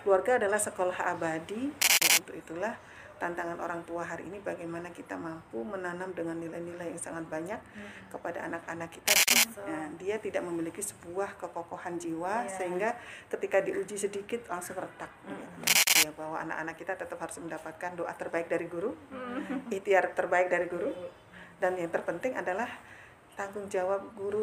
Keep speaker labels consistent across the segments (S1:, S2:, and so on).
S1: keluarga adalah sekolah abadi. Untuk itulah tantangan orang tua hari ini bagaimana kita mampu menanam dengan nilai-nilai yang sangat banyak kepada anak-anak kita. Nah, dia tidak memiliki sebuah kekokohan jiwa sehingga ketika diuji sedikit langsung retak. Ya, bahwa anak-anak kita tetap harus mendapatkan doa terbaik dari guru, ikhtiar terbaik dari guru, dan yang terpenting adalah tanggung jawab guru.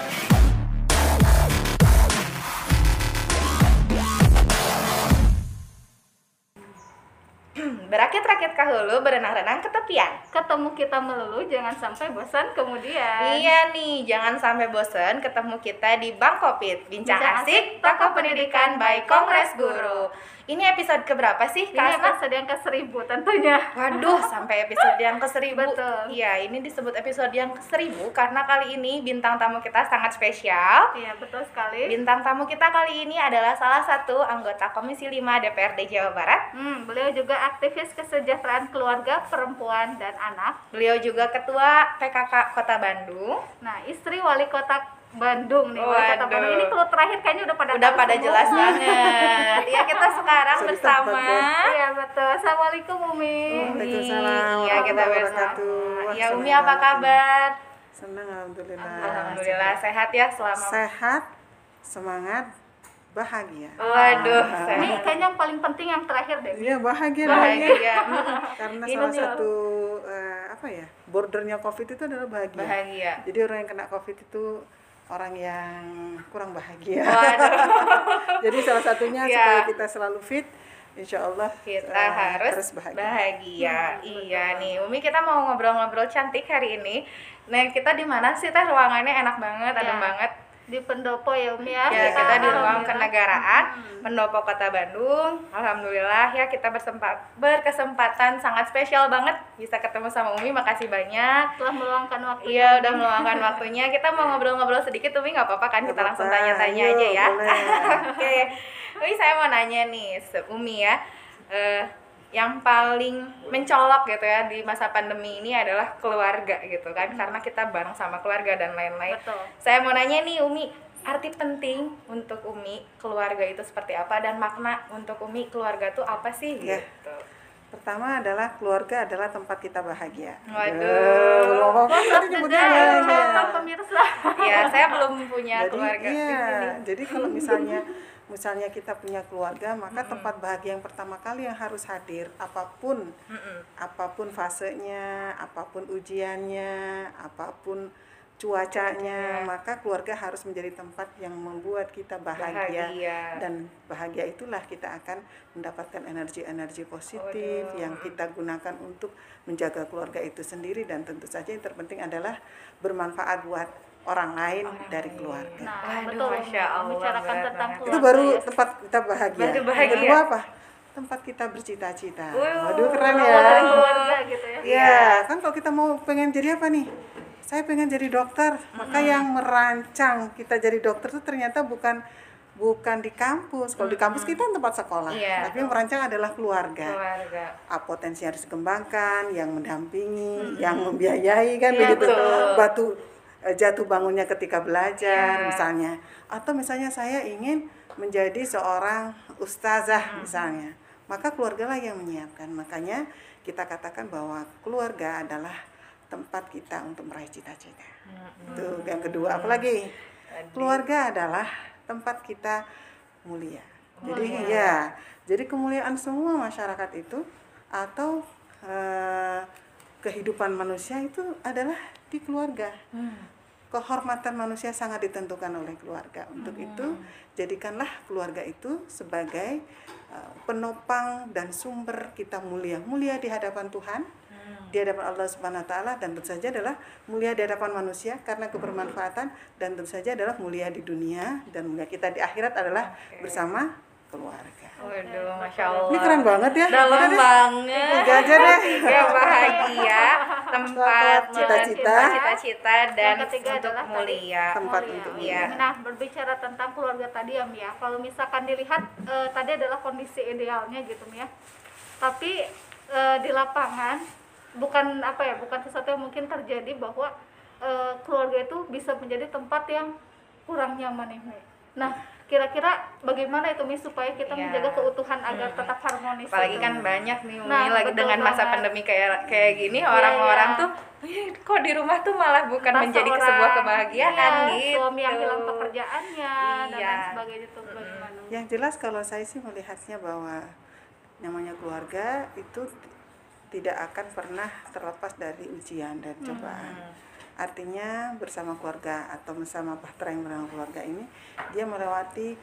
S2: Berakit-rakit kahulu, berenang-renang ke tepian.
S3: Ketemu kita melulu, jangan sampai bosan kemudian.
S2: Iya nih, jangan sampai bosan ketemu kita di Bang Kopit, bincang asik, tokoh pendidikan by Kongres Guru. Ini episode keberapa sih, Kak
S3: Ini
S2: Asma?
S3: episode yang ke-1000 tentunya.
S2: Waduh, sampai episode yang ke-1000.
S3: Betul.
S2: Iya, ini disebut episode yang ke-1000 karena kali ini bintang tamu kita sangat spesial.
S3: Iya, betul sekali.
S2: Bintang tamu kita kali ini adalah salah satu anggota Komisi 5 DPRD Jawa Barat.
S3: Beliau juga aktivis kesejahteraan keluarga, perempuan, dan anak.
S2: Beliau juga ketua PKK Kota Bandung.
S3: Nah, istri wali kota Bandung nih, wali kota
S2: Waduh.
S3: Bandung. Ini kalau terakhir kayaknya udah
S2: Udah
S3: tahu
S2: pada
S3: semua.
S2: jelas banget. Ya, kita sekarang
S1: Sudah
S2: bersama
S1: tempat,
S3: Iya, betul. Assalamualaikum Umi.
S1: Waalaikumsalam
S2: Iya, kita
S1: warahmatullahi
S2: bersama.
S1: wabarakatuh.
S2: Ya, Umi
S1: Senang
S2: apa
S1: banget
S2: kabar?
S1: Senang, alhamdulillah.
S2: Alhamdulillah sehat ya selama.
S1: Sehat, semangat, bahagia.
S2: Waduh,
S3: Ini
S2: sehat.
S3: kayaknya yang paling penting yang terakhir deh.
S1: Iya, bahagia.
S2: Bahagia.
S1: Karena
S2: Ini
S1: salah
S2: nih,
S1: satu bordernya COVID itu adalah bahagia.
S2: Bahagia.
S1: Jadi orang yang kena COVID itu orang yang kurang bahagia.
S2: Waduh.
S1: Jadi salah satunya
S2: Iya.
S1: supaya kita selalu fit, insya Allah
S2: Kita harus bahagia. Iya nih, Umi, kita mau ngobrol-ngobrol cantik hari ini. Nah, kita di mana sih Teh? Ruangannya enak banget, adem
S3: Ya.
S2: banget.
S3: Di pendopo ya Umi ya.
S2: Ya, kita di ruang
S3: Alhamdulillah.
S2: kenegaraan Pendopo Kota Bandung. Alhamdulillah ya, kita berkesempatan sangat spesial banget bisa ketemu sama Umi. Makasih banyak.
S3: Telah meluangkan waktu.
S2: Iya, udah meluangkan waktunya. Kita mau ngobrol-ngobrol sedikit, Umi, nggak apa-apa kan? Kita
S1: Nggak
S2: langsung
S1: apa-apa.
S2: tanya-tanya
S1: Ayo,
S2: aja ya.
S1: boleh.
S2: Oke, Umi, saya mau nanya nih, Umi ya, yang paling mencolok gitu ya di masa pandemi ini adalah keluarga gitu kan, karena kita bareng sama keluarga dan lain-lain.
S3: Betul.
S2: Saya mau nanya nih, Umi, arti penting untuk Umi keluarga itu seperti apa, dan makna untuk Umi keluarga tuh apa sih
S1: Ya.
S2: gitu?
S1: Pertama adalah keluarga adalah tempat kita bahagia.
S2: Waduh.
S1: Tadi nyebutnya
S3: Sudah,
S1: bahagia.
S3: pemirsa.
S2: Ya, saya belum punya
S1: Jadi
S2: keluarga di
S1: iya,
S2: sini.
S1: jadi kalau misalnya kita punya keluarga, maka tempat bahagia yang pertama kali yang harus hadir, apapun fasenya, apapun ujiannya, apapun cuacanya, maka keluarga harus menjadi tempat yang membuat kita bahagia. Dan bahagia itulah kita akan mendapatkan energi-energi positif yang kita gunakan untuk menjaga keluarga itu sendiri, dan tentu saja yang terpenting adalah bermanfaat buat orang lain dari keluarga.
S3: Nah,
S2: Waduh,
S3: betul.
S2: Masya Allah,
S3: Membicarakan
S2: berat
S3: tentang
S2: banget.
S3: keluarga.
S1: Itu baru
S3: ya.
S1: tempat kita bahagia.
S2: Baru bahagia.
S1: Yang kedua apa? Tempat kita bercita-cita. Waduh, keren
S3: Berawal dari
S1: ya.
S3: keluarga gitu ya.
S1: Ya, kan kalau kita mau pengen jadi apa nih? Saya pengen jadi dokter. Maka yang merancang kita jadi dokter itu ternyata bukan di kampus. Kalau di kampus kita tempat sekolah.
S2: Iya.
S1: Tapi yang merancang adalah keluarga.
S2: Keluarga.
S1: Potensi harus dikembangkan, yang mendampingi, yang membiayai kan
S2: Iya,
S1: begitu.
S2: betul.
S1: Jatuh bangunnya ketika belajar misalnya, atau misalnya saya ingin menjadi seorang ustazah misalnya, maka keluarga lah yang menyiapkan. Makanya kita katakan bahwa keluarga adalah tempat kita untuk meraih cita-cita. Itu yang kedua. Apalagi keluarga adalah tempat kita mulia. Jadi kemuliaan semua masyarakat itu atau kehidupan manusia itu adalah di keluarga. Kehormatan manusia sangat ditentukan oleh keluarga. Untuk itu, jadikanlah keluarga itu sebagai penopang dan sumber kita mulia di hadapan Tuhan, di hadapan Allah Subhanahu wa taala, dan tentu saja adalah mulia di hadapan manusia karena kebermanfaatan, dan tentu saja adalah mulia di dunia, dan mulia kita di akhirat adalah bersama keluarga.
S2: Waduh, Masya Allah.
S1: Ini keren banget ya.
S2: Dalam
S1: Udah deh.
S2: banget.
S1: Tiga aja deh.
S2: Tiga bahagia, tempat
S1: Cita-cita.
S2: cita-cita, dan
S3: Yang ketiga
S2: untuk
S3: adalah
S2: mulia.
S1: Tempat
S3: mulia.
S1: untuk
S2: Iya.
S3: Nah, berbicara tentang keluarga tadi ya Mia, kalau misalkan dilihat tadi adalah kondisi idealnya gitu Mia. Tapi di lapangan bukan sesuatu yang mungkin terjadi bahwa keluarga itu bisa menjadi tempat yang kurang nyaman nih Mia. Nah, kira-kira bagaimana itu Mi supaya kita
S2: Iya.
S3: menjaga keutuhan agar tetap harmonis?
S2: Apalagi
S3: gitu?
S2: kan banyak nih Umi
S3: Nah,
S2: lagi
S3: betul
S2: dengan masa
S3: banget.
S2: pandemi kayak gini orang-orang
S3: Iya.
S2: tuh kok di rumah tuh malah bukan
S3: Entah
S2: menjadi
S3: seorang,
S2: sebuah kebahagiaan
S3: iya,
S2: gitu.
S3: suami yang hilang pekerjaannya dan
S2: Iya.
S3: lain sebagainya itu bagaimana?
S1: Yang jelas kalau saya sih melihatnya bahwa namanya keluarga itu tidak akan pernah terlepas dari ujian dan cobaan. Artinya bersama keluarga atau bersama bahtera yang bersama keluarga ini dia melewati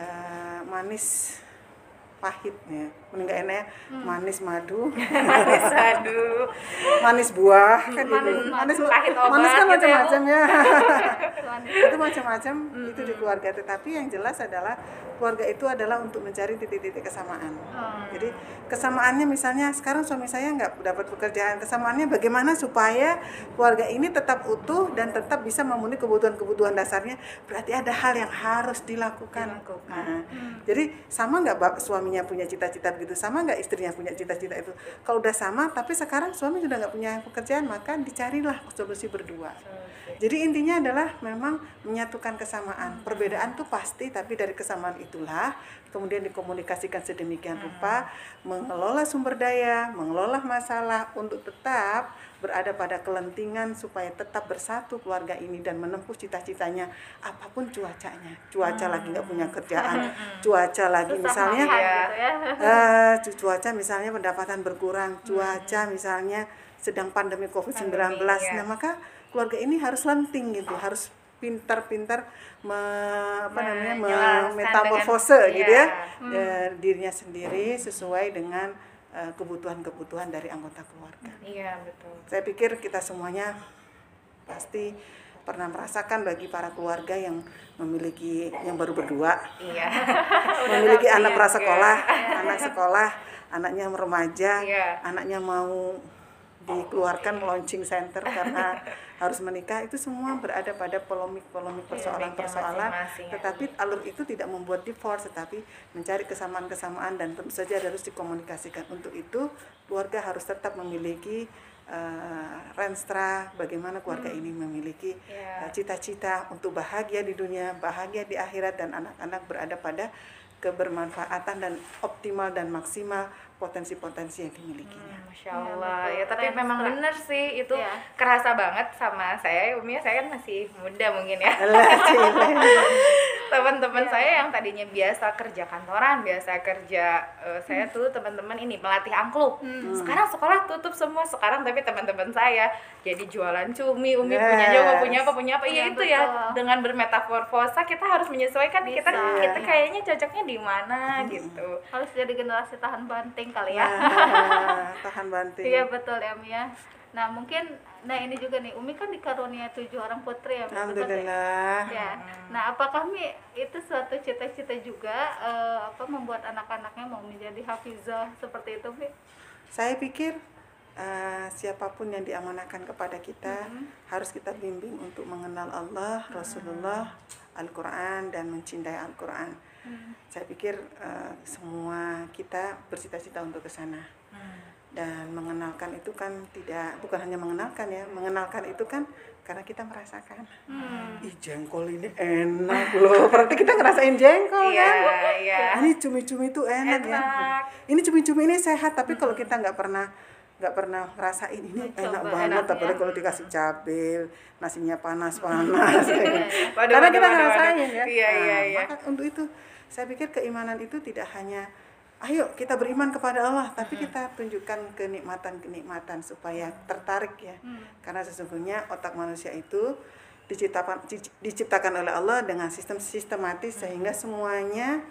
S1: manis pahitnya, meninggal enak manis madu,
S2: Manis aduh.
S1: manis buah kan gitu.
S3: Manis
S2: pahit obat
S1: manis kan
S2: gitu ya, Bu.
S1: macam-macam ya.
S3: Tuhan.
S1: Itu macam-macam itu di keluarga, tetapi yang jelas adalah keluarga itu adalah untuk mencari titik-titik kesamaan. Jadi kesamaannya misalnya sekarang suami saya nggak dapat pekerjaan, kesamaannya bagaimana supaya keluarga ini tetap utuh dan tetap bisa memenuhi kebutuhan-kebutuhan dasarnya, berarti ada hal yang harus dilakukan. Nah, jadi sama nggak suaminya punya cita-cita begitu, sama nggak istrinya punya cita-cita itu. Kalau udah sama tapi sekarang suami sudah nggak punya pekerjaan, maka dicarilah solusi berdua. Jadi intinya adalah memang menyatukan kesamaan. Perbedaan tuh pasti, tapi dari kesamaan itulah kemudian dikomunikasikan sedemikian rupa, mengelola sumber daya, mengelola masalah untuk tetap berada pada kelentingan supaya tetap bersatu keluarga ini dan menempuh cita-citanya apapun cuacanya. Cuaca lagi nggak punya kerjaan, cuaca lagi
S3: Susah
S1: misalnya
S3: makan gitu ya.
S1: cuaca misalnya pendapatan berkurang, cuaca misalnya sedang pandemi COVID-19.
S2: Pandemi, ya.
S1: Nah, maka keluarga ini harus lenting gitu, harus pintar-pintar
S2: Menjelaskan
S1: metamorfose
S2: dengan-
S1: gitu ya,
S2: iya.
S1: dirinya sendiri sesuai dengan kebutuhan-kebutuhan dari anggota keluarga.
S2: Iya, betul.
S1: Saya pikir kita semuanya pasti pernah merasakan bagi para keluarga yang memiliki yang baru berdua,
S2: Iya.
S1: memiliki anak
S2: Iya,
S1: prasekolah, anak sekolah, anaknya remaja,
S2: Iya.
S1: anaknya mau dikeluarkan launching center karena harus menikah, itu semua berada pada polemik-polemik persoalan-persoalan,
S2: masing-masing, ya.
S1: tetapi alur itu tidak membuat divorce, tetapi mencari kesamaan-kesamaan dan tentu saja harus dikomunikasikan. Untuk itu keluarga harus tetap memiliki renstra bagaimana keluarga ini memiliki
S2: Iya.
S1: cita-cita untuk bahagia di dunia, bahagia di akhirat, dan anak-anak berada pada kebermanfaatan dan optimal dan maksimal potensi-potensi yang dimilikinya.
S2: Masya
S3: Iya,
S2: Allah,
S3: betul.
S2: ya tapi
S3: Keren,
S2: memang
S3: Stra.
S2: bener sih itu
S3: Iya.
S2: kerasa banget sama saya. Umi, saya kan masih muda mungkin ya.
S1: Alah, Cile.
S2: Teman-teman
S3: Iya.
S2: saya yang tadinya biasa kerja kantoran, biasa kerja saya tuh teman-teman ini melatih angklung. Sekarang sekolah tutup semua sekarang, tapi teman-teman saya jadi jualan cumi. Umi punya jago, punya apa? Iya,
S3: Iya,
S2: itu ya.
S3: betul.
S2: Dengan bermetaforfosa kita harus menyesuaikan kita
S3: Bisa.
S2: kayaknya cocoknya di mana gitu.
S3: Harus jadi generasi tahan banting kali ya.
S1: Nah, tahan banting.
S3: Iya betul ya Mi ya. Nah mungkin, nah ini juga nih Umi kan dikaruniai 7 orang putri ya Mi, betul ya?
S1: Alhamdulillah.
S3: Ya. Nah apakah Mi itu suatu cita-cita juga membuat anak-anaknya mau menjadi hafizah seperti itu Mi?
S1: Saya pikir siapapun yang diamanahkan kepada kita harus kita bimbing untuk mengenal Allah, Rasulullah, Al-Quran, dan mencintai Al-Quran. Saya pikir semua kita bercita-cita untuk ke sana. Dan mengenalkan itu kan bukan hanya mengenalkan ya, mengenalkan itu kan karena kita merasakan. Ih, jengkol ini enak loh. Berarti kita ngerasain jengkol
S2: Iya,
S1: kan?
S2: iya.
S1: Ini cumi-cumi itu enak ya.
S2: Enak.
S1: Ini cumi-cumi ini sehat, tapi kalau kita nggak pernah ngerasain ini enak banget,
S3: enak,
S1: apalagi
S3: ya.
S1: kalau dikasih cabai, nasinya panas-panas.
S2: Waduh,
S1: Karena
S2: waduh,
S1: kita
S2: waduh,
S1: ngerasain
S2: waduh.
S1: ya.
S2: Iya, iya, iya.
S1: Maka untuk itu saya pikir keimanan itu tidak hanya ayo kita beriman kepada Allah, tapi kita tunjukkan kenikmatan-kenikmatan supaya tertarik ya. Karena sesungguhnya otak manusia itu diciptakan oleh Allah dengan sistem sistematis sehingga semuanya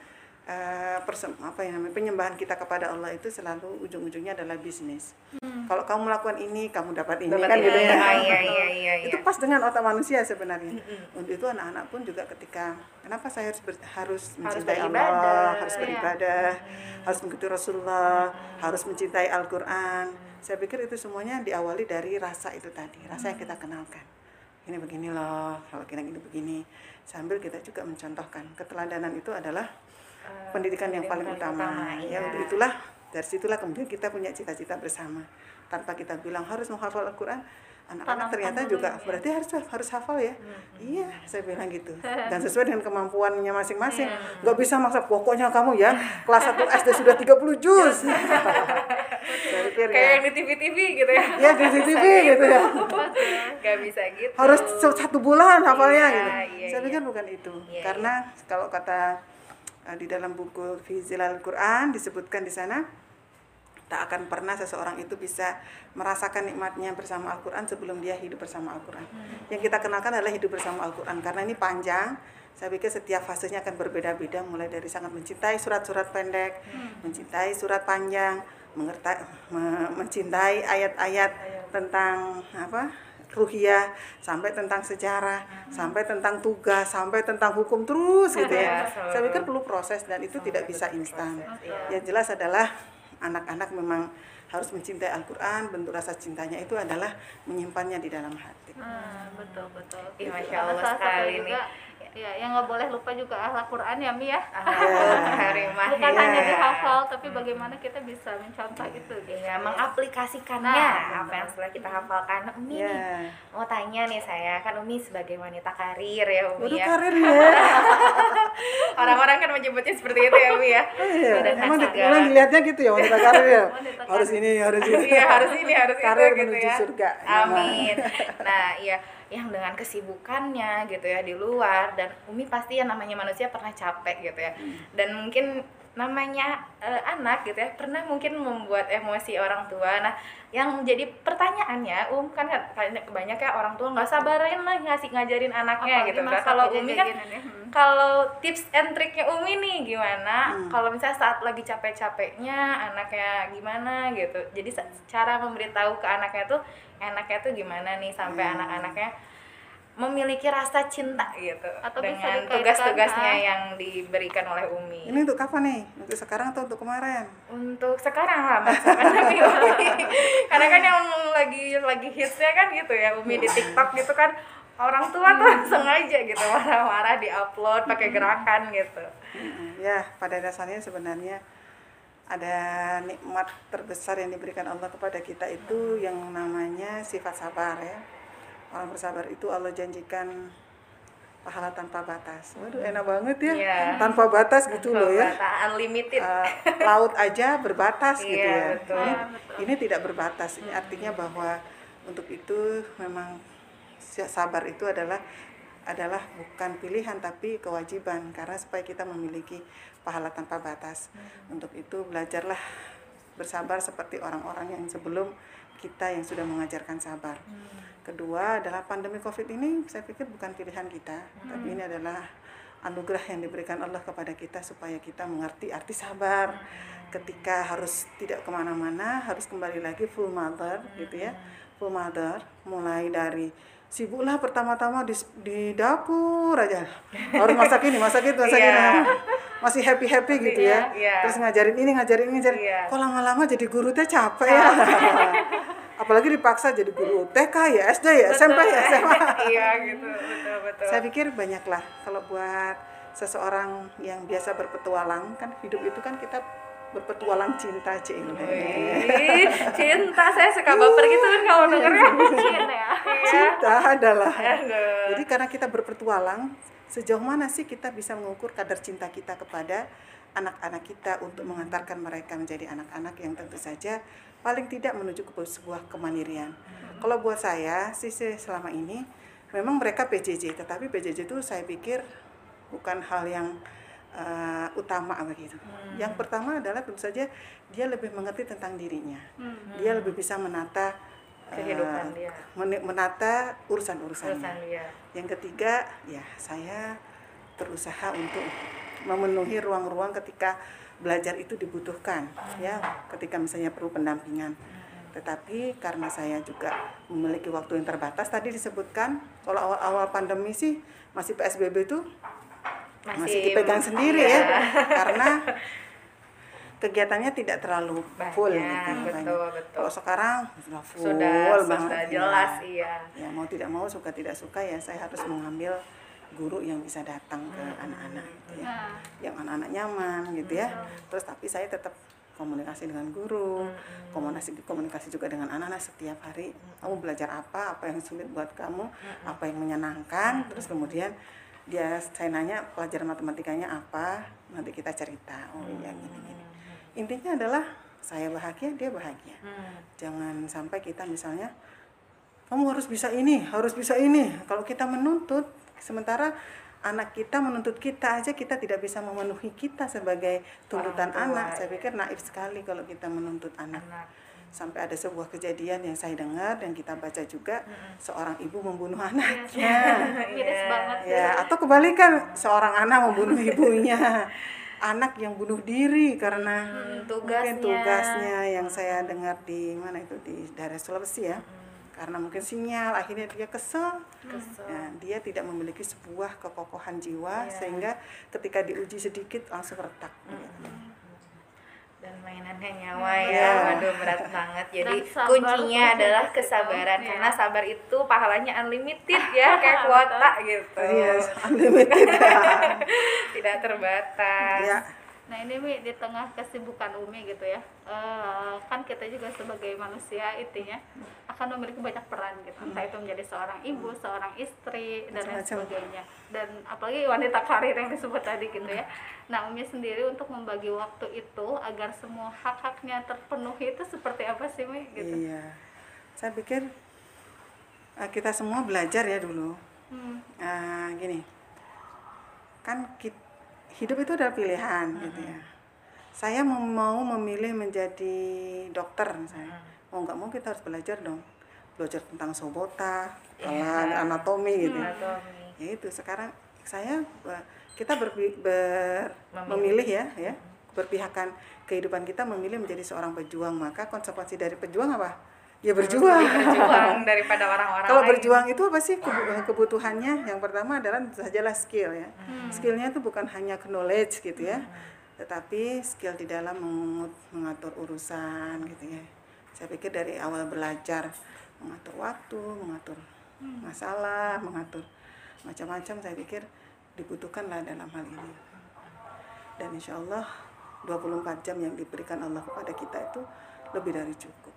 S1: penyembahan kita kepada Allah itu selalu ujung-ujungnya adalah bisnis. Kalau kamu melakukan ini, kamu dapat ini
S2: Dapat
S1: kan
S2: ini.
S1: gitu ya.
S2: Iya.
S1: Itu pas dengan otak manusia sebenarnya. Untuk itu anak-anak pun juga ketika kenapa saya harus mencintai
S2: beribadah.
S1: Allah, harus
S3: Iya.
S1: beribadah, harus mengikuti Rasulullah, harus mencintai Al-Quran. Saya pikir itu semuanya diawali dari rasa itu tadi, rasa yang kita kenalkan. Ini begini loh, kalau kita gini begini. Sambil kita juga mencontohkan keteladanan itu adalah pendidikan yang paling utama. Ya, untuk itulah dari situlah kemudian kita punya cita-cita bersama. Tanpa kita bilang harus menghafal Al-Quran, anak-anak ternyata
S3: dulu
S1: juga
S3: ini ya.
S1: berarti harus hafal ya. Iya, saya bilang gitu. Dan sesuai dengan kemampuannya masing-masing. Nggak bisa maksa, pokoknya kamu ya kelas 1 SD sudah 30 juz. Saya pikir
S2: Kayak
S1: ya.
S2: yang di TV-TV gitu ya.
S1: Ya di TV gitu ya.
S2: Gak bisa gitu.
S1: Harus 1 bulan hafalnya
S2: Iya,
S1: gitu.
S2: iya,
S1: Saya pikir
S2: iya.
S1: bukan itu.
S2: Iya,
S1: Karena kalau kata di dalam buku Fi Zilal Quran disebutkan di sana, tak akan pernah seseorang itu bisa merasakan nikmatnya bersama Al-Quran sebelum dia hidup bersama Al-Quran. Yang kita kenalkan adalah hidup bersama Al-Quran. Karena ini panjang, saya pikir setiap fasenya akan berbeda-beda, mulai dari sangat mencintai surat-surat pendek, mencintai surat panjang, mencintai ayat-ayat tentang ruhiyah, sampai tentang sejarah, sampai tentang tugas, sampai tentang hukum, terus gitu ya. Saya pikir perlu proses dan itu tidak bisa instan. Yang jelas adalah anak-anak memang harus mencintai Al-Quran. Bentuk rasa cintanya itu adalah menyimpannya di dalam hati.
S3: Betul.
S2: Ih, Masya
S3: Karena
S2: Allah
S3: salah satu
S2: sekali
S3: juga, ya, yang nggak boleh lupa juga akhlak Quran ya Mi ya.
S2: Karimah.
S3: Bukan
S1: Iya.
S3: hanya dihafal, tapi bagaimana kita bisa mencontoh itu gitu.
S2: Iya, mengaplikasikannya
S3: Nah,
S2: apa yang setelah kita hafalkan. Umi
S1: Ya.
S2: nih, mau tanya nih saya, kan Umi sebagai wanita karir ya Umi
S1: Waduh,
S2: ya.
S1: karir ya.
S2: Orang-orang kan menyebutnya seperti itu ya Umi ya.
S1: Iya,
S2: Dengan
S1: emang
S2: segala-
S1: orang dilihatnya gitu ya wanita karir ya.
S3: Wanita
S1: Harus ini, harus ini.
S2: Iya, harus ini, harus
S1: Karir
S2: itu gitu
S1: menuju
S2: ya.
S1: surga.
S2: Amin. Nah, iya, yang dengan kesibukannya gitu ya di luar, dan Umi pasti yang namanya manusia pernah capek gitu ya. Dan mungkin namanya anak gitu ya, pernah mungkin membuat emosi orang tua. Nah, yang jadi pertanyaannya, kan banyak ya orang tua nggak sabarin lah ngajarin anaknya
S3: Apalagi
S2: gitu kan.
S3: masa
S2: Kalau Umi kan,
S3: kejadian ini.
S2: kalau tips and triknya Umi nih gimana? Kalau misalnya saat lagi capek-capeknya anaknya gimana gitu. Jadi cara memberitahu ke anaknya tuh enaknya tuh gimana nih sampai anak-anaknya memiliki rasa cinta gitu
S3: Atau bisa
S2: dengan
S3: dikaitkan,
S2: tugas-tugasnya yang diberikan oleh Umi.
S1: Ini untuk kapan nih? Untuk sekarang atau untuk kemarin?
S2: Untuk sekarang lah masa pandemi Umi. Karena kan yang lagi hitsnya kan gitu ya Umi di TikTok gitu kan, orang tua tuh sengaja gitu marah-marah di-upload pakai gerakan gitu.
S1: Ya, pada dasarnya sebenarnya ada nikmat terbesar yang diberikan Allah kepada kita itu yang namanya sifat sabar ya. Orang bersabar itu Allah janjikan pahala tanpa batas. Waduh, enak banget ya.
S2: Iya.
S1: Tanpa batas gitu loh ya.
S2: Unlimited.
S1: Laut aja berbatas gitu
S2: Iya,
S1: ya.
S2: betul.
S1: Ini tidak berbatas. Ini artinya bahwa untuk itu memang sabar itu adalah bukan pilihan tapi kewajiban, karena supaya kita memiliki pahala tanpa batas. Untuk itu belajarlah bersabar seperti orang-orang yang sebelum kita yang sudah mengajarkan sabar. Kedua adalah pandemi Covid ini saya pikir bukan pilihan kita, tapi ini adalah anugerah yang diberikan Allah kepada kita supaya kita mengerti arti sabar. Ketika harus tidak kemana-mana, harus kembali lagi full mother gitu ya. Full mother, mulai dari sibuklah pertama-tama di dapur aja. Harus masak ini, masak itu, masak ini. Masih happy gitu ya.
S2: Iya.
S1: Terus ngajarin ini.
S2: Iya.
S1: Kok lama-lama jadi guru teh capek ya. Apalagi dipaksa jadi guru TK ya, SD ya, SMP ya, SMA.
S2: Iya gitu, betul.
S1: Saya pikir banyaklah kalau buat seseorang yang biasa berpetualang, kan hidup itu kan kita berpetualang cinta,
S2: Cinta, saya suka baper gitu kan kalau dengernya.
S3: Cinta ya.
S1: Cinta adalah.
S2: Aduh.
S1: Jadi karena kita berpetualang, sejauh mana sih kita bisa mengukur kadar cinta kita kepada anak-anak kita untuk mengantarkan mereka menjadi anak-anak yang tentu saja paling tidak menuju ke sebuah kemandirian. Kalau buat saya sih selama ini memang mereka PJJ, tetapi PJJ itu saya pikir bukan hal yang utama begitu. Yang pertama adalah tentu saja dia lebih mengerti tentang dirinya. Dia lebih bisa menata
S2: Kehidupan dia.
S1: menata urusan-urusannya.
S2: Urusan dia.
S1: Yang ketiga, ya saya berusaha untuk memenuhi ruang-ruang ketika belajar itu dibutuhkan, ya, ketika misalnya perlu pendampingan. Tetapi karena saya juga memiliki waktu yang terbatas, tadi disebutkan kalau awal-awal pandemi sih masih PSBB itu masih dipegang sendiri ya, karena kegiatannya tidak terlalu full gitu.
S2: Betul.
S1: Kalau sekarang sudah full
S2: Sudah
S1: banget.
S2: jelas,
S1: ya.
S2: iya.
S1: Ya mau tidak mau, suka tidak suka ya saya harus mengambil guru yang bisa datang ke anak-anak gitu ya. Yang anak-anak nyaman gitu ya. Terus tapi saya tetap komunikasi dengan guru, komunikasi juga dengan anak-anak setiap hari. Kamu belajar apa yang sulit buat kamu, apa yang menyenangkan, terus kemudian saya nanya pelajaran matematikanya apa, nanti kita cerita, oh iya gini. Intinya adalah saya bahagia, dia bahagia. Jangan sampai kita misalnya, kamu harus bisa ini. Kalau kita menuntut, sementara anak kita menuntut kita aja, kita tidak bisa memenuhi kita sebagai tuntutan anak. Saya pikir naif sekali kalau kita menuntut anak. Sampai ada sebuah kejadian yang saya dengar dan kita baca juga, seorang ibu membunuh anaknya.
S3: Miris banget
S1: Ya, atau kebalikan, seorang anak membunuh ibunya. Anak yang bunuh diri karena mungkin tugasnya yang saya dengar di mana itu di daerah Sulawesi ya. Karena mungkin sinyal, akhirnya dia kesel. Ya, dia tidak memiliki sebuah kekokohan jiwa sehingga ketika diuji sedikit langsung retak.
S2: Dan mainannya nyawa ya, waduh berat banget. Jadi
S3: sabar,
S2: kuncinya adalah kesabaran, karena sabar itu pahalanya unlimited ya, kayak kuota gitu.
S1: Yes, unlimited ya.
S2: Tidak terbatas.
S1: Ya.
S3: Nah ini Mi, di tengah kesibukan Umi gitu ya, kan kita juga sebagai manusia intinya akan memiliki banyak peran gitu, entah itu menjadi seorang ibu, seorang istri, dan lain sebagainya, dan apalagi wanita karir yang disebut tadi gitu ya. Nah Umi sendiri untuk membagi waktu itu agar semua hak-haknya terpenuhi itu seperti apa sih Mi? Gitu.
S1: Iya, saya pikir kita semua belajar ya dulu. Gini, kan hidup itu adalah pilihan gitu ya. Saya mau memilih menjadi dokter misalnya, mau nggak mau kita harus belajar dong, belajar tentang sobota, anatomi gitu. Ya itu sekarang kita memilih ya berpihakan kehidupan kita, memilih menjadi seorang pejuang, maka konsekuensi dari pejuang apa? Ya berjuang
S2: daripada orang-orang
S1: kalau
S2: lain.
S1: Berjuang itu apa sih kebutuhannya? Yang pertama adalah sajalah skill ya. Skillnya itu bukan hanya knowledge gitu ya, tetapi skill di dalam mengatur urusan gitu ya. Saya pikir dari awal belajar mengatur waktu, mengatur masalah, mengatur macam-macam, saya pikir dibutuhkanlah dalam hal ini. Dan insya Allah 24 jam yang diberikan Allah kepada kita itu lebih dari cukup.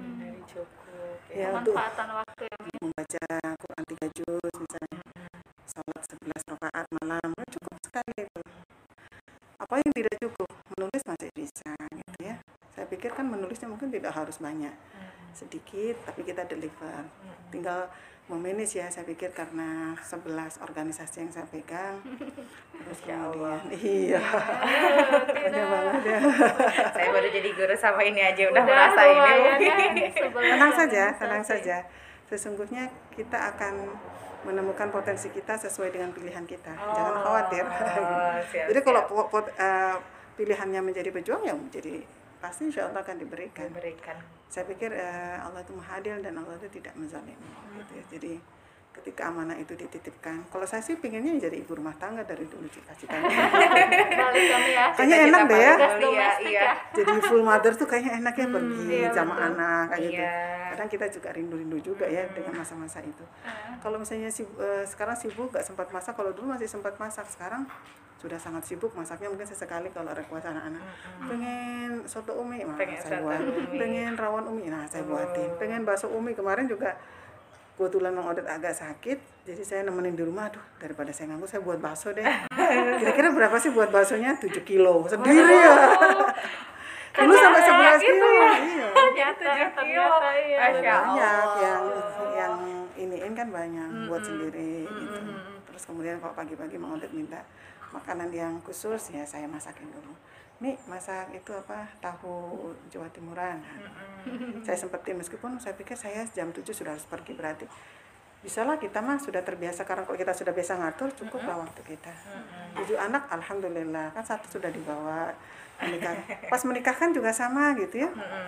S2: Ya,
S1: untuk
S3: Pemanfaatan waktu ya Mi.
S1: membaca Quran 3 juz misalnya, salat 11 rakaat malam, cukup sekali itu. Apa yang tidak cukup? Menulis masih bisa gitu ya. Saya pikir kan menulisnya mungkin tidak harus banyak, sedikit tapi kita deliver. Tinggal memanage ya, saya pikir karena 11 organisasi yang saya pegang. Terus kemudian iya. Banyak banget ya.
S2: Saya baru jadi guru sama ini aja udah merasa ini.
S1: Tenang saja. Sesungguhnya kita akan menemukan potensi kita sesuai dengan pilihan kita. Jangan khawatir. Jadi kalau pilihannya menjadi pejuang ya menjadi, pasti insya Allah akan diberikan. Saya pikir Allah itu Maha Adil dan Allah itu tidak menzalimi gitu ya. Jadi ketika amanah itu dititipkan, kalau saya sih pinginnya jadi ibu rumah tangga dari dulu cita-citanya.
S3: Balik kami ya.
S1: Kayaknya enak deh ya.
S3: Tugas domestik ya.
S1: Jadi full mother tuh kayaknya enak ya, pergi sama
S3: betul.
S1: anak kayak gitu. Kadang kita juga rindu-rindu juga ya dengan masa-masa itu. Kalau misalnya sekarang sibuk gak sempat masak, kalau dulu masih sempat masak, sekarang sudah sangat sibuk masaknya. Mungkin sesekali kalau request anak-anak pengen soto umi, saya buat. Pengen rawon umi, nah saya buatin. Pengen bakso umi, kemarin juga kebetulan Mang Odet agak sakit, jadi saya nemenin di rumah. Aduh, daripada saya nganggur, saya buat bakso deh. Kira-kira berapa sih buat baksonya? 7 kilo sendiri ya. Dulu sampai 11 kilo. Iya.
S3: Ternyata iya.
S1: Banyak yang iniin kan banyak buat sendiri gitu. Terus kemudian kalau pagi-pagi Mang Odet minta makanan yang khusus, ya saya masakin dulu. Nih masak itu apa, tahu Jawa Timuran. Saya sempetin, meskipun saya pikir saya jam 7 sudah harus pergi, berarti bisalah kita mah sudah terbiasa, karena kalau kita sudah biasa ngatur cukuplah waktu kita. 7 anak alhamdulillah, kan 1 sudah dibawa menikah. Pas menikah kan juga sama gitu ya.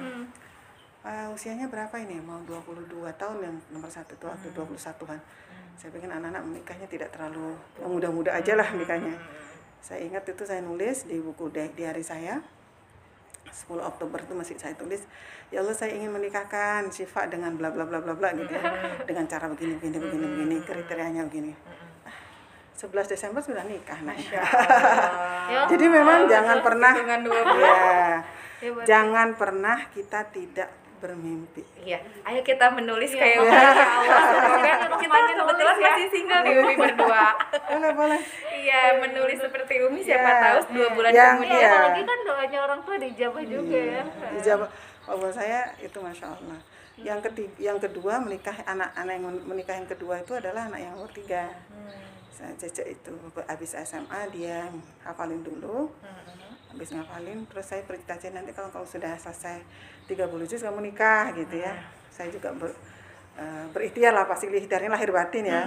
S1: Usianya berapa ini? Mau 22 tahun yang nomor 1 tuh, waktu 21-an. Saya pikir anak-anak menikahnya tidak terlalu muda-muda aja lah nikahnya. Saya ingat itu saya nulis di buku diari saya, 10 Oktober itu masih saya tulis, ya Allah saya ingin menikahkan Syifa dengan bla bla bla bla bla gitu ya, dengan cara begini, kriterianya begini. 11 Desember sudah nikah. Nah. Jadi memang jangan pernah, ya,
S3: Ya, betul.
S1: Jangan pernah kita tidak bermimpi.
S2: Iya, ayo kita menulis
S3: Iya,
S2: kayak
S3: makanya
S2: Umi.
S3: ya Allah, semoga
S2: Kita
S3: rumahnya
S2: kebetulan
S3: nulis ya.
S2: masih single nih Umi berdua.
S1: Boleh.
S2: Iya, menulis seperti Umi siapa
S1: Iya.
S2: tahu 2 bulan
S1: Yang
S2: kemudian.
S3: Iya,
S1: Iya.
S3: apalagi kan doanya orang tua dijabah juga ya.
S1: Dijawab Allah saya itu masya Allah. Yang kedua menikah anak-anak yang menikah yang kedua itu adalah anak yang nomor 3. Saya Cece itu habis SMA dia hafalin dulu. Habis ngafalin terus saya bercita-cita nanti kalau sudah selesai 30 juz kamu nikah gitu ya. Saya juga berikhtiar lah, pasti ikhtiarnya lahir batin ya.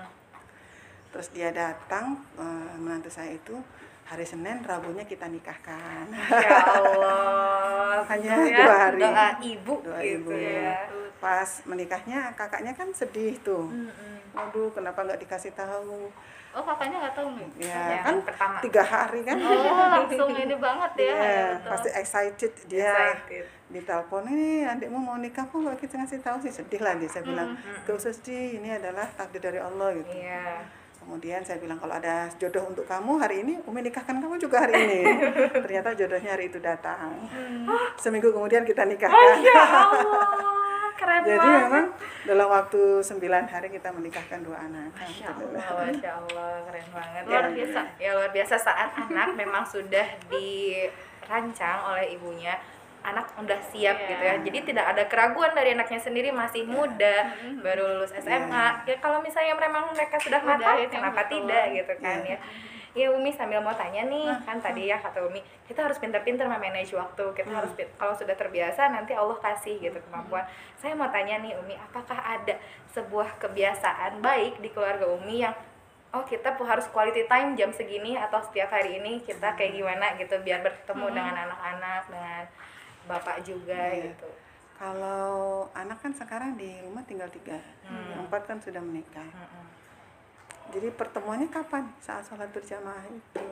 S1: Terus dia datang, menantu saya itu hari Senin, Rabunya kita nikahkan.
S2: Ya Allah.
S1: Hanya
S2: Ya,
S1: 2 hari.
S2: Doa ibu
S1: Doa
S2: gitu
S1: ibu.
S2: ya.
S1: Pas menikahnya kakaknya kan sedih tuh. Aduh kenapa nggak dikasih tahu?
S3: Oh, kakaknya nggak tahu nih.
S1: Ya
S2: Yang
S1: kan
S2: pertama.
S1: 3 hari kan.
S3: Oh, langsung ini banget ya.
S1: Iya,
S3: betul.
S1: pasti excited dia.
S2: Excited.
S1: Ditelepon, ini adikmu mau nikah kok nggak kita ngasih tahu sih, sedih lah dia. Saya bilang gak usah sedih, ini adalah takdir dari Allah gitu.
S2: Iya.
S1: Kemudian saya bilang kalau ada jodoh untuk kamu hari ini, Umi nikahkan kamu juga hari ini. Ternyata jodohnya hari itu datang. Seminggu kemudian kita nikahkan.
S2: Ya Allah, keren
S1: Jadi
S2: banget.
S1: memang dalam waktu 9 hari kita menikahkan 2 anak.
S2: Masya
S1: Alhamdulillah.
S2: Allah, Masya Allah, keren banget.
S3: Luar
S2: ya.
S3: biasa.
S2: Ya luar biasa saat anak memang sudah dirancang oleh ibunya, anak udah siap
S3: Iya.
S2: gitu ya. Jadi tidak ada keraguan dari anaknya sendiri, masih muda, baru lulus SMA. Ya kalau misalnya memang mereka sudah
S3: Udah,
S2: matang,
S3: itu
S2: kenapa
S3: betul.
S2: tidak gitu kan ya. Ya Umi sambil mau tanya nih, kan tadi ya kata Umi, kita harus pintar-pintar memanage waktu. Kita harus kalau sudah terbiasa nanti Allah kasih gitu kemampuan. Saya mau tanya nih Umi, apakah ada sebuah kebiasaan baik di keluarga Umi yang oh kita harus quality time jam segini atau setiap hari ini kita kayak gimana gitu biar bertemu dengan anak-anak, dengan bapak juga gitu.
S1: Kalau anak kan sekarang di rumah tinggal 3, yang 4 kan sudah menikah. Jadi pertemuannya kapan? Saat sholat berjamaah itu.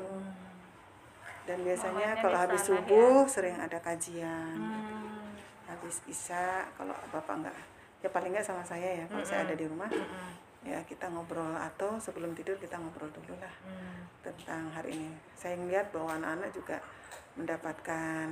S1: Dan biasanya
S3: Momennya
S1: kalau
S3: di
S1: habis
S3: sana,
S1: subuh sering ada kajian. Habis isya kalau bapak enggak, ya paling enggak sama saya ya. Kalau saya ada di rumah, ya kita ngobrol atau sebelum tidur kita ngobrol dulu lah tentang hari ini. Saya melihat bahwa anak-anak juga mendapatkan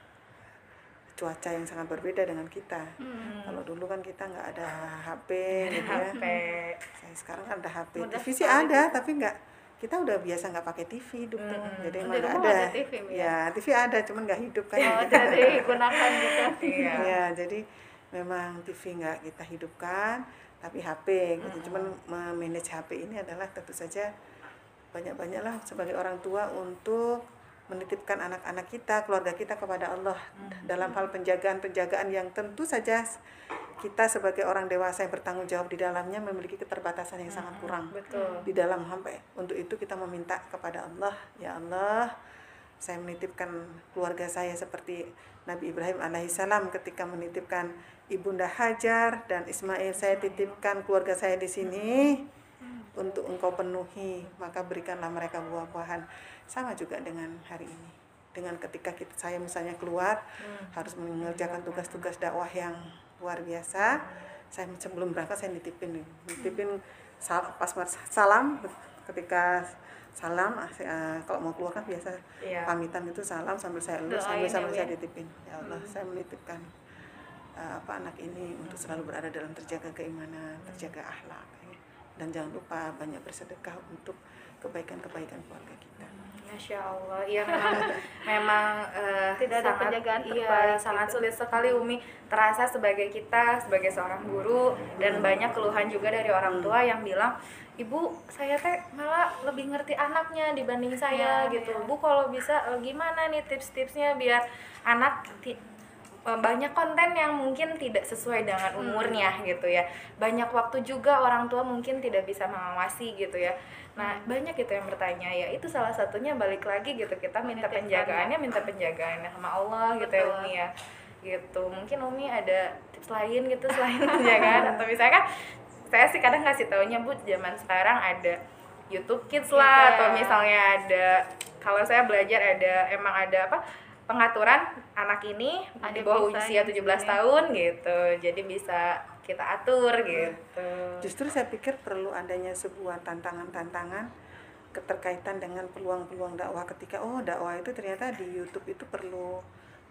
S1: cuaca yang sangat berbeda dengan kita. Kalau dulu kan kita nggak ada HP gitu ya.
S2: HP.
S1: Saya sekarang kan ada HP.
S3: Mudah
S1: TV sih
S3: sekali
S1: ada, tapi nggak, kita udah biasa nggak pakai TV hidup tuh. Jadi
S3: Di
S1: emang nggak
S3: rumah
S1: ada.
S3: ada TV, ya?
S1: Ya TV ada, cuman nggak hidup kan.
S3: Oh, jadi gunakan gitu.
S2: Iya.
S1: Ya jadi memang TV nggak kita hidupkan, tapi HP gitu. Cuman memanage HP ini adalah tentu saja banyak-banyaklah sebagai orang tua untuk menitipkan anak-anak kita, keluarga kita kepada Allah dalam hal penjagaan yang tentu saja kita sebagai orang dewasa yang bertanggung jawab di dalamnya memiliki keterbatasan yang sangat kurang.
S2: Betul.
S1: Di dalam sampai untuk itu kita meminta kepada Allah, ya Allah, saya menitipkan keluarga saya seperti Nabi Ibrahim alaihissalam ketika menitipkan Ibunda Hajar dan Ismail, saya titipkan keluarga saya di sini untuk engkau penuhi, maka berikanlah mereka buah-buahan. Sama juga dengan hari ini, dengan ketika saya misalnya keluar harus mengerjakan tugas-tugas dakwah yang luar biasa, saya sebelum berangkat saya nitipin pas salam, ketika salam kalau mau keluar kan biasa pamitan itu salam sambil saya elus sambil saya titipin, ya Allah saya menitipkan anak ini untuk selalu berada dalam terjaga keimanan, terjaga akhlak, dan jangan lupa banyak bersedekah untuk kebaikan-kebaikan keluarga kita.
S2: Masya Allah, iya memang
S3: Tidak ada
S2: sangat,
S3: penjagaan
S2: iya,
S3: terbaik
S2: sangat
S3: gitu.
S2: sulit sekali Umi, terasa sebagai kita sebagai seorang guru dan banyak keluhan juga dari orang tua yang bilang, Ibu saya teh malah lebih ngerti anaknya dibanding saya gitu. Bu kalau bisa gimana nih tips-tipsnya biar anak banyak konten yang mungkin tidak sesuai dengan umurnya gitu ya, banyak waktu juga orang tua mungkin tidak bisa mengawasi gitu ya. Nah banyak gitu yang bertanya, ya itu salah satunya balik lagi gitu, kita minta penjagaannya sama Allah gitu ya Umi ya gitu. Mungkin Umi ada tips lain gitu selain penjagaan atau misalnya kan saya sih kadang ngasih taunya Bu, zaman sekarang ada YouTube Kids lah atau misalnya ada, kalau saya belajar emang ada pengaturan anak ini di bawah usia 17 tahun gitu, jadi bisa kita atur gitu.
S1: Justru saya pikir perlu adanya sebuah tantangan-tantangan keterkaitan dengan peluang-peluang dakwah ketika dakwah itu ternyata di YouTube itu perlu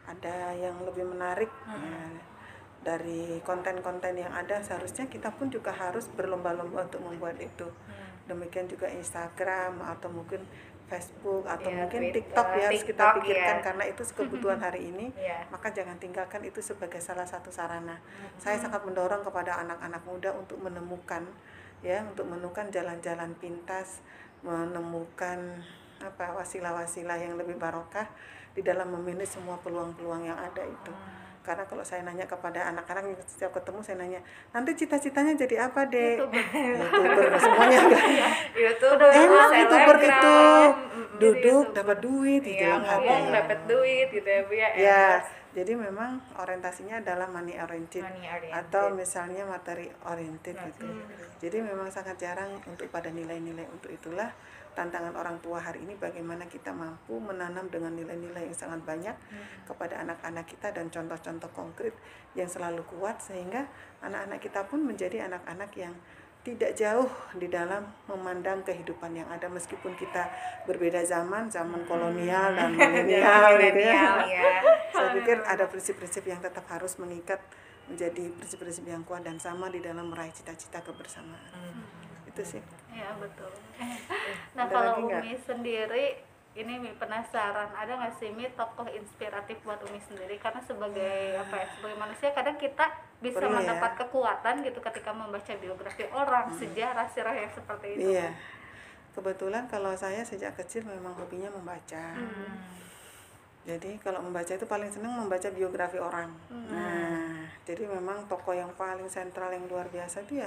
S1: ada yang lebih menarik. Ya, dari konten-konten yang ada seharusnya kita pun juga harus berlomba-lomba untuk membuat itu. Demikian juga Instagram atau mungkin Facebook atau
S2: Iya,
S1: mungkin
S2: Twitter,
S1: TikTok ya harus kita
S2: TikTok,
S1: pikirkan
S2: ya.
S1: karena itu kebutuhan hari ini.
S2: Iya.
S1: Maka jangan tinggalkan itu sebagai salah satu sarana. Saya sangat mendorong kepada anak-anak muda untuk menemukan jalan-jalan pintas, menemukan wasilah-wasilah yang lebih barokah di dalam memanage semua peluang-peluang yang ada itu. Karena kalau saya nanya kepada anak-anak setiap ketemu saya nanya, nanti cita-citanya jadi apa, Dek? YouTuber semuanya enggak.
S2: YouTuber,
S1: Enak YouTuber
S2: selebgram.
S1: itu duduk dapat duit di
S2: Iya,
S1: dalam
S2: ngomong
S1: hati.
S2: dapat duit gitu ya Bu ya.
S1: Ya, jadi memang orientasinya adalah money oriented,
S2: Money oriented.
S1: atau misalnya materi oriented gitu. Jadi memang sangat jarang untuk pada nilai-nilai. Untuk itulah tantangan orang tua hari ini bagaimana kita mampu menanam dengan nilai-nilai yang sangat banyak kepada anak-anak kita dan contoh-contoh konkret yang selalu kuat sehingga anak-anak kita pun menjadi anak-anak yang tidak jauh di dalam memandang kehidupan yang ada meskipun kita berbeda zaman kolonial dan milenial gitu ya.
S2: Ya.
S1: Saya pikir ada prinsip-prinsip yang tetap harus mengikat menjadi prinsip-prinsip yang kuat dan sama di dalam meraih cita-cita kebersamaan. Itu sih.
S3: Ya betul. Nah
S1: Ada
S3: kalau
S1: lagi nggak?
S3: Umi sendiri ini Mi penasaran, ada nggak sih Mi tokoh inspiratif buat Umi sendiri? Karena sebagai sebagai manusia kadang kita bisa
S1: Perlu ya.
S3: mendapat kekuatan gitu ketika membaca biografi orang, sejarah sirah yang seperti itu.
S1: Iya. Kebetulan kalau saya sejak kecil memang hobinya membaca. Jadi kalau membaca itu paling senang membaca biografi orang. Nah, jadi memang tokoh yang paling sentral yang luar biasa itu ya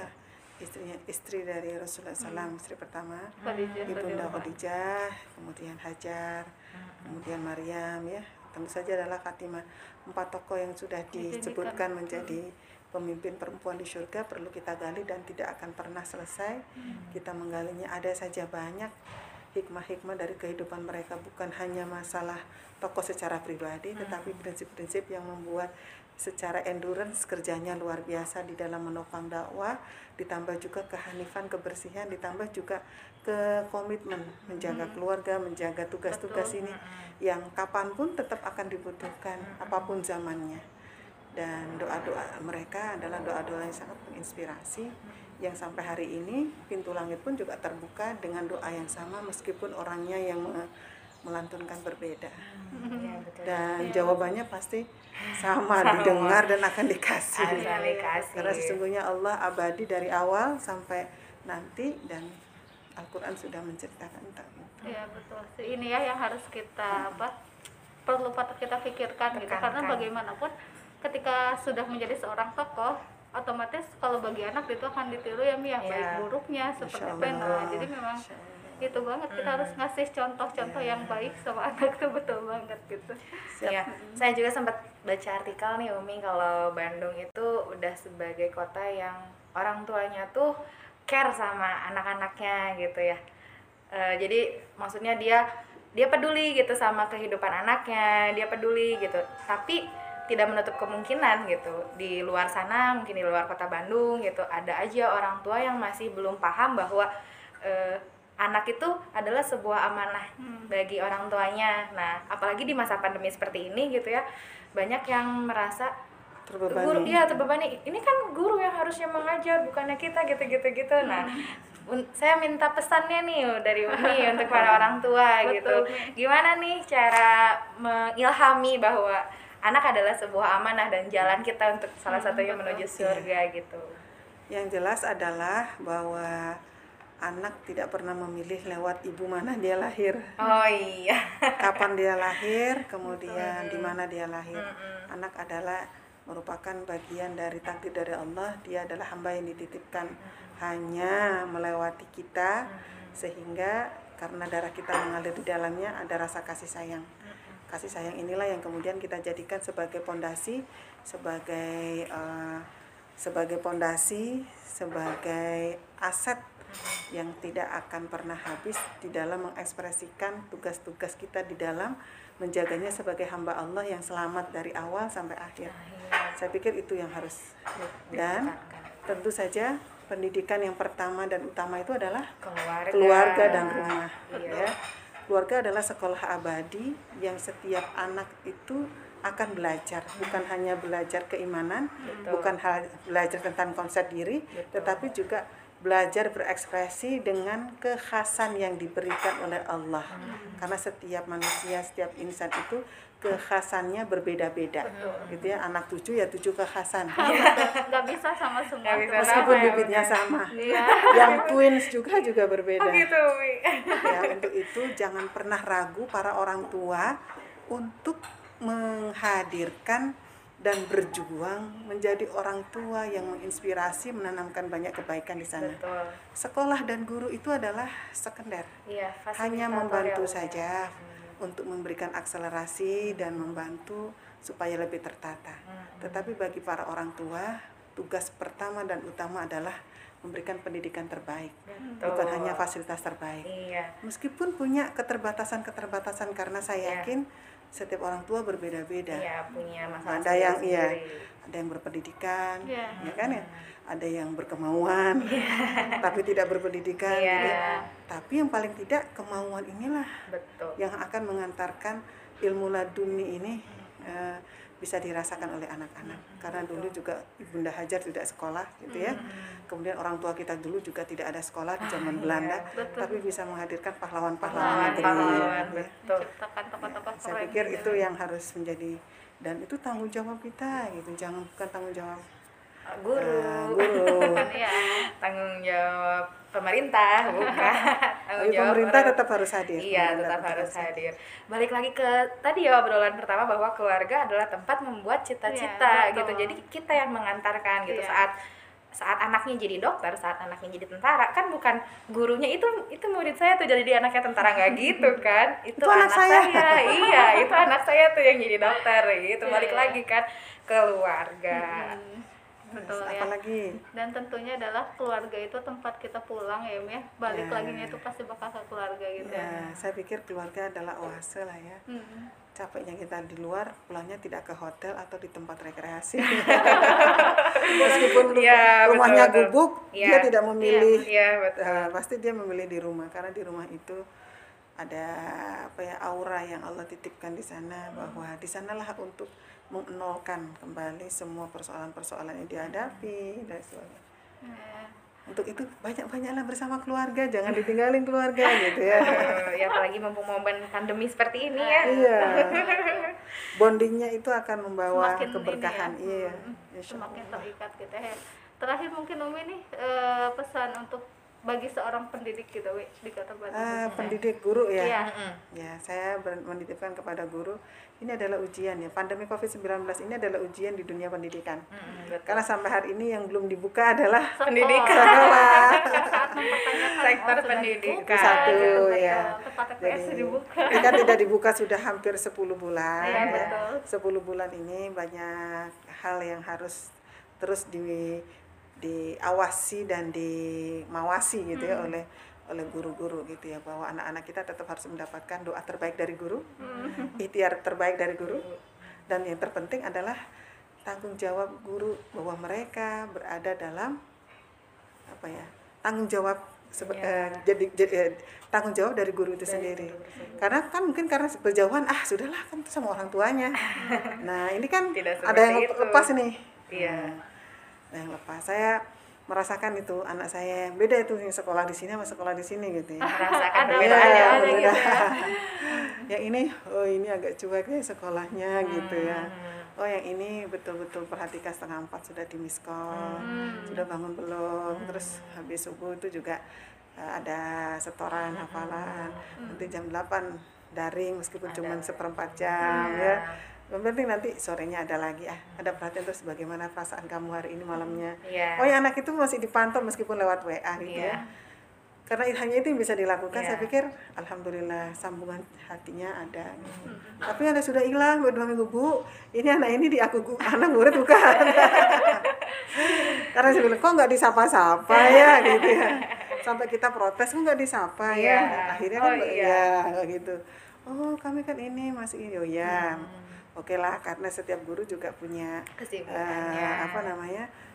S1: istri dari Rasulullah SAW, istri pertama,
S3: Khadijah
S1: Ibunda
S3: radhiyallahu
S1: Khadijah, kemudian Hajar, kemudian Maryam ya, tentu saja adalah Fatimah. 4 tokoh yang sudah disebutkan menjadi pemimpin perempuan di surga perlu kita gali dan tidak akan pernah selesai kita menggalinya. Ada saja banyak hikmah-hikmah dari kehidupan mereka, bukan hanya masalah tokoh secara pribadi tetapi prinsip-prinsip yang membuat secara endurance kerjanya luar biasa di dalam menopang dakwah, ditambah juga kehanifan, kebersihan, ditambah juga ke komitmen menjaga keluarga, menjaga tugas-tugas ini yang kapanpun tetap akan dibutuhkan apapun zamannya. Dan doa-doa mereka adalah doa-doa yang sangat menginspirasi, yang sampai hari ini pintu langit pun juga terbuka dengan doa yang sama meskipun orangnya yang melantunkan berbeda.
S2: Iya, betul.
S1: Dan jawabannya pasti sama, didengar dan akan dikasih.
S2: Akan dikasih.
S1: Karena sesungguhnya Allah abadi dari awal sampai nanti dan Al-Quran sudah menceritakan tentang itu.
S3: Iya betul. Ini ya yang harus kita perlu patut kita pikirkan gitu. Karena
S2: Tekankan.
S3: bagaimanapun ketika sudah menjadi seorang tokoh, otomatis kalau bagi anak itu akan ditiru ya Mi, yang
S2: Iya.
S3: baik buruknya seperti
S1: Masya
S3: apa. Nah,
S1: Allah.
S3: jadi memang
S1: Masya Allah.
S3: itu banget kita harus ngasih contoh-contoh yang baik sama anak tuh, betul banget gitu.
S2: Ya, saya juga sempat baca artikel nih Umi kalau Bandung itu udah sebagai kota yang orang tuanya tuh care sama anak-anaknya gitu ya. Jadi maksudnya dia peduli gitu sama kehidupan anaknya, dia peduli gitu. Tapi tidak menutup kemungkinan gitu di luar sana, mungkin di luar kota Bandung gitu, ada aja orang tua yang masih belum paham bahwa anak itu adalah sebuah amanah bagi orang tuanya. Nah, apalagi di masa pandemi seperti ini gitu ya, banyak yang merasa
S1: Terbebani.
S2: terbebani. Ini kan guru yang harusnya mengajar, bukannya kita gitu. Nah, saya minta pesannya nih dari Umi untuk para orang tua gitu. Gimana nih cara mengilhami bahwa anak adalah sebuah amanah dan jalan kita untuk salah satunya menuju surga gitu.
S1: Yang jelas adalah bahwa anak tidak pernah memilih lewat ibu mana dia lahir,
S2: Oh iya.
S1: kapan dia lahir, kemudian di mana dia lahir. Anak adalah merupakan bagian dari takdir dari Allah. Dia adalah hamba yang dititipkan hanya melewati kita, sehingga karena darah kita mengalir di dalamnya ada rasa kasih sayang. Kasih sayang inilah yang kemudian kita jadikan sebagai pondasi, sebagai pondasi, sebagai aset yang tidak akan pernah habis di dalam mengekspresikan tugas-tugas kita di dalam menjaganya sebagai hamba Allah yang selamat dari awal sampai akhir. Saya pikir itu yang harus. Dan tentu saja pendidikan yang pertama dan utama itu adalah keluarga dan rumah.
S2: Iya.
S1: Ya. Keluarga adalah sekolah abadi yang setiap anak itu akan belajar, bukan hanya belajar keimanan,
S2: Betul.
S1: bukan belajar tentang konsep diri, tetapi juga belajar berekspresi dengan kekhasan yang diberikan oleh Allah. Karena setiap manusia, setiap insan itu kekhasannya berbeda-beda. Gitu ya, anak 7 ya 7 kekhasan.
S3: Nggak bisa sama semua.
S2: Nggak bisa
S1: Meskipun
S2: sama ya,
S1: bibitnya
S2: Bunda.
S1: sama.
S3: Iya.
S1: Yang twins juga berbeda.
S2: Oh gitu, Umi.
S1: Ya, untuk itu jangan pernah ragu para orang tua untuk menghadirkan dan berjuang menjadi orang tua yang menginspirasi, menanamkan banyak kebaikan di sana.
S2: Betul.
S1: Sekolah dan guru itu adalah sekunder,
S2: Iya,
S1: hanya
S2: fasilitator
S1: membantu
S2: ya, Umi.
S1: saja untuk memberikan akselerasi dan membantu supaya lebih tertata. Tetapi bagi para orang tua, tugas pertama dan utama adalah memberikan pendidikan terbaik,
S2: Betul.
S1: bukan hanya fasilitas terbaik.
S2: Iya.
S1: Meskipun punya keterbatasan karena saya yakin setiap orang tua berbeda-beda.
S2: Iya, punya masalah
S1: Ada yang
S2: sendiri.
S1: ada yang berpendidikan,
S3: Iya.
S1: ya kan ya. Ada yang berkemauan, tapi tidak berpendidikan.
S2: Iya.
S1: Gitu. Tapi yang paling tidak kemauan inilah
S2: Betul.
S1: yang akan mengantarkan ilmu laduni ini bisa dirasakan oleh anak-anak. Karena dulu juga Ibunda Hajar tidak sekolah, gitu ya. Kemudian orang tua kita dulu juga tidak ada sekolah di zaman Belanda,
S3: betul.
S1: tapi bisa menghadirkan pahlawan-pahlawan negeri.
S2: Pahlawan,
S1: Ya.
S2: betul.
S3: Ciptakan tokoh-tokoh
S1: Saya
S3: keren
S1: pikir
S3: gitu.
S1: itu yang harus menjadi, dan itu tanggung jawab kita gitu, jangan bukan tanggung jawab
S2: Guru.
S1: guru.
S3: Kan ya.
S2: Tanggung jawab pemerintah, bukan. Tanggung
S1: Tapi
S2: jawab
S1: pemerintah
S2: orang-
S1: tetap harus hadir.
S2: Iya,
S1: Pemerintah
S2: tetap harus hadir. Balik lagi ke tadi ya obrolan pertama bahwa keluarga adalah tempat membuat cita-cita
S3: Iya,
S2: gitu.
S3: betul.
S2: Jadi kita yang mengantarkan gitu.
S3: Iya.
S2: Saat anaknya jadi dokter, saat anaknya jadi tentara, kan bukan gurunya itu murid saya tuh jadi anaknya tentara, nggak gitu kan. Itu
S1: anak
S2: anak
S1: saya.
S2: Iya, itu anak saya tuh yang jadi dokter gitu. Balik
S3: Iya.
S2: lagi kan keluarga.
S3: Betul
S1: Terus
S3: ya.
S1: apalagi
S3: Dan tentunya adalah keluarga itu tempat kita pulang ya, Em, ya. Balik
S1: Ya.
S3: laginya itu pasti bakal ke keluarga gitu.
S1: ya, saya pikir keluarga adalah oase lah ya.
S3: Hmm.
S1: Capeknya kita di luar, pulangnya tidak ke hotel atau di tempat rekreasi. Meskipun
S2: Iya,
S1: rumahnya
S2: betul, betul.
S1: gubuk,
S2: Iya.
S1: dia tidak memilih.
S2: Iya, betul.
S1: Pasti dia memilih di rumah, karena di rumah itu ada aura yang Allah titipkan di sana, bahwa di sanalah untuk menolkan kembali semua persoalan-persoalan yang dihadapi dan sebagainya.
S3: Ya.
S1: Untuk itu banyak-banyaklah bersama keluarga, jangan ditinggalin keluarga gitu ya.
S2: Ya apalagi mumpung momen pandemi seperti ini ya.
S1: Iya. Bondingnya itu akan membawa
S3: Semakin
S1: keberkahan.
S3: ini ya,
S1: Iya. Insya
S3: semakin
S1: Allah.
S3: terikat gitu ya. Terakhir mungkin Umi nih pesan untuk bagi seorang pendidik gitu, Wi, di Kota Batu.
S1: Pendidik guru ya.
S3: Iya.
S1: Ya, saya menitipkan kepada guru, ini adalah ujian ya. Pandemi COVID-19 ini adalah ujian di dunia pendidikan.
S2: Betul.
S1: Karena sampai hari ini yang belum dibuka adalah
S2: Pendidikan.
S1: sekolah.
S3: Saat mempertanyakan
S2: Sektor
S3: sudah
S2: pendidikan.
S3: dibuka,
S1: Satu,
S3: gitu,
S1: ya.
S3: betul. Tempat TPS
S1: Jadi,
S3: dibuka.
S1: ini kan tidak dibuka sudah hampir 10 bulan.
S3: Iya,
S1: ya.
S3: betul.
S1: 10 bulan ini banyak hal yang harus terus diawasi dan dimawasi gitu ya oleh guru-guru gitu ya, bahwa anak-anak kita tetap harus mendapatkan doa terbaik dari guru, ikhtiar terbaik dari guru, dan yang terpenting adalah tanggung jawab guru, bahwa mereka berada dalam tanggung jawab tanggung jawab dari guru itu sendiri. Karena kan mungkin karena berjauhan, sudahlah kan itu sama orang tuanya. Nah ini kan
S2: Tidak
S1: ada yang
S2: seperti itu.
S1: lepas nih.
S2: Iya.
S1: Nah, yang lepas, saya merasakan itu anak saya beda itu yang sekolah di sini sama sekolah di sini gitu ya.
S2: Merasakan
S3: Ada
S2: perbedaannya.
S3: ada
S1: berbeda.
S3: gitu ya.
S1: Yang ini agak cuek nih sekolahnya gitu ya. Oh yang ini betul-betul perhatikan 3:30 sudah di miss call, sudah bangun belum, terus habis subuh itu juga ada setoran hafalan, nanti jam 8 daring meskipun cuma 1/4 jam ya. Yang penting nanti sorenya ada lagi ada perhatian terus bagaimana perasaan kamu hari ini malamnya.
S2: Iya.
S1: Oh ya anak itu masih dipantau meskipun lewat WA gitu
S2: Iya.
S1: ya. Karena hanya itu yang bisa dilakukan,
S2: Iya.
S1: saya pikir alhamdulillah sambungan hatinya ada. Tapi ada sudah hilang 2 minggu Bu. Ini anak ini anak murid bukan. Karena saya bilang kok nggak disapa-sapa ya gitu ya. Sampai kita protes kok nggak disapa
S2: Iya.
S1: ya. Akhirnya kan
S2: Oh, iya.
S1: gitu. Oh kami kan ini masih ini oh ya. Oke lah, karena setiap guru juga punya
S2: Kesibukannya.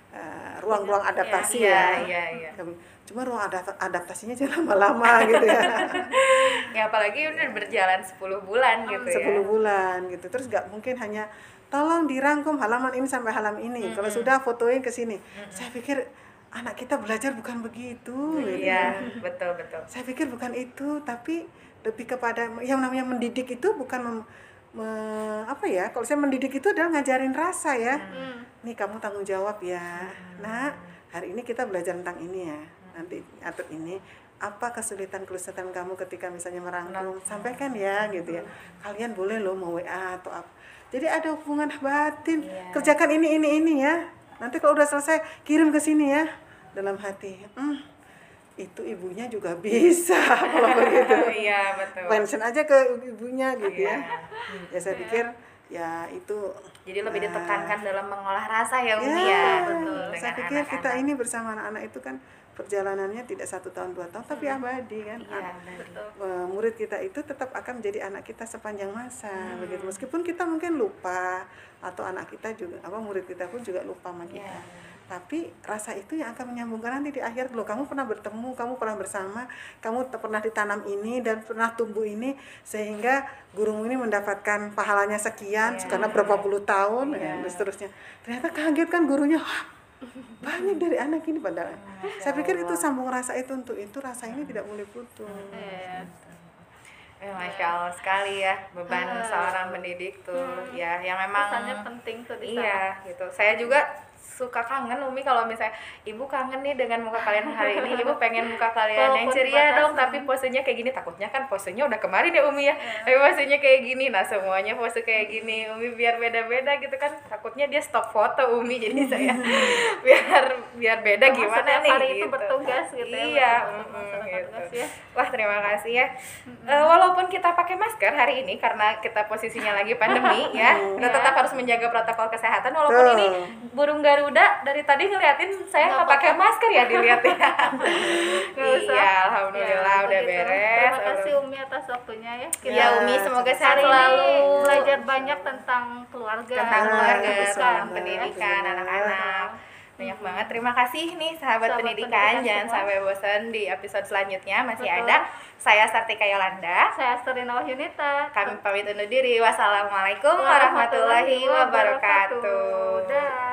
S1: ruang-ruang adaptasi
S2: Iya.
S1: Cuma ruang adaptasinya jangan lama-lama gitu ya.
S2: Ya apalagi udah berjalan 10 bulan gitu
S1: 10 bulan gitu. Terus nggak mungkin hanya tolong dirangkum halaman ini sampai halaman ini. Kalau sudah fotoin ke sini. Saya pikir anak kita belajar bukan begitu gitu
S2: Iya,
S1: ya.
S2: betul.
S1: Saya pikir bukan itu, tapi lebih kepada yang namanya mendidik itu bukan apa ya? Kalau saya mendidik itu adalah ngajarin rasa ya. Nih kamu tanggung jawab ya. Nah, hari ini kita belajar tentang ini ya. Nanti atur ini apa kesulitan kamu ketika misalnya merangkum, sampaikan ya gitu ya. Kalian boleh loh mau WA atau apa. Jadi ada hubungan batin. Kerjakan ini ya. Nanti kalau udah selesai kirim ke sini ya. Dalam hati. Itu ibunya juga bisa kalau begitu.
S2: Iya, betul.
S1: Mention aja ke ibunya gitu ya. Ya saya pikir ya itu
S2: jadi lebih ditekankan dalam mengolah rasa ya Umi ya.
S1: Betul. Saya pikir kita ini bersama anak-anak itu kan perjalanannya tidak 1 tahun 2 tahun tapi abadi kan. Murid kita itu tetap akan menjadi anak kita sepanjang masa begitu. Meskipun kita mungkin lupa atau anak kita juga murid kita pun juga lupa sama kita. Tapi rasa itu yang akan menyambungkan nanti di akhir. Loh, kamu pernah bertemu, kamu pernah bersama, kamu pernah ditanam ini dan pernah tumbuh ini sehingga gurumu ini mendapatkan pahalanya sekian karena berapa puluh tahun dan seterusnya. Ternyata kaget kan gurunya, banyak dari anak ini padahal. Saya pikir itu sambung rasa itu, untuk itu rasa ini tidak boleh putus.
S2: Masya Allah sekali ya beban seorang pendidik tuh ya, yang memang
S3: pesannya penting tuh di sana.
S2: Iya gitu. Saya juga suka kangen Umi kalau misalnya ibu kangen nih dengan muka kalian hari ini, ibu pengen muka kalian yang ceria dong, tapi posenya kayak gini. Takutnya kan posenya udah kemarin ya Umi ya, tapi posenya kayak gini. Nah semuanya pose kayak gini Umi biar beda-beda gitu kan, takutnya dia stop foto Umi, jadi saya biar beda gimana nih
S3: hari
S2: gitu.
S3: itu bertugas gitu
S2: Iya, gitu. Wah terima kasih ya. Walaupun kita pakai masker hari ini karena kita posisinya lagi pandemi ya, kita tetap harus menjaga protokol kesehatan. Walaupun ini burung Garuda dari tadi ngeliatin saya nggak pakai masker ya, dilihat ya. Iya, alhamdulillah udah beres.
S3: Terima kasih Umi atas waktunya ya.
S2: Iya Umi, semoga sehat
S3: hari ini
S2: selalu.
S3: belajar banyak tentang keluarga,
S2: tentang pendidikan anak-anak. Banyak banget. Terima kasih nih sahabat pendidikan. Jangan sampai bosan, di episode selanjutnya masih ada. Saya Sartika Yolanda.
S3: Saya Serina Wahyunita.
S2: Kami pamit undur diri. Wassalamualaikum warahmatullahi wabarakatuh.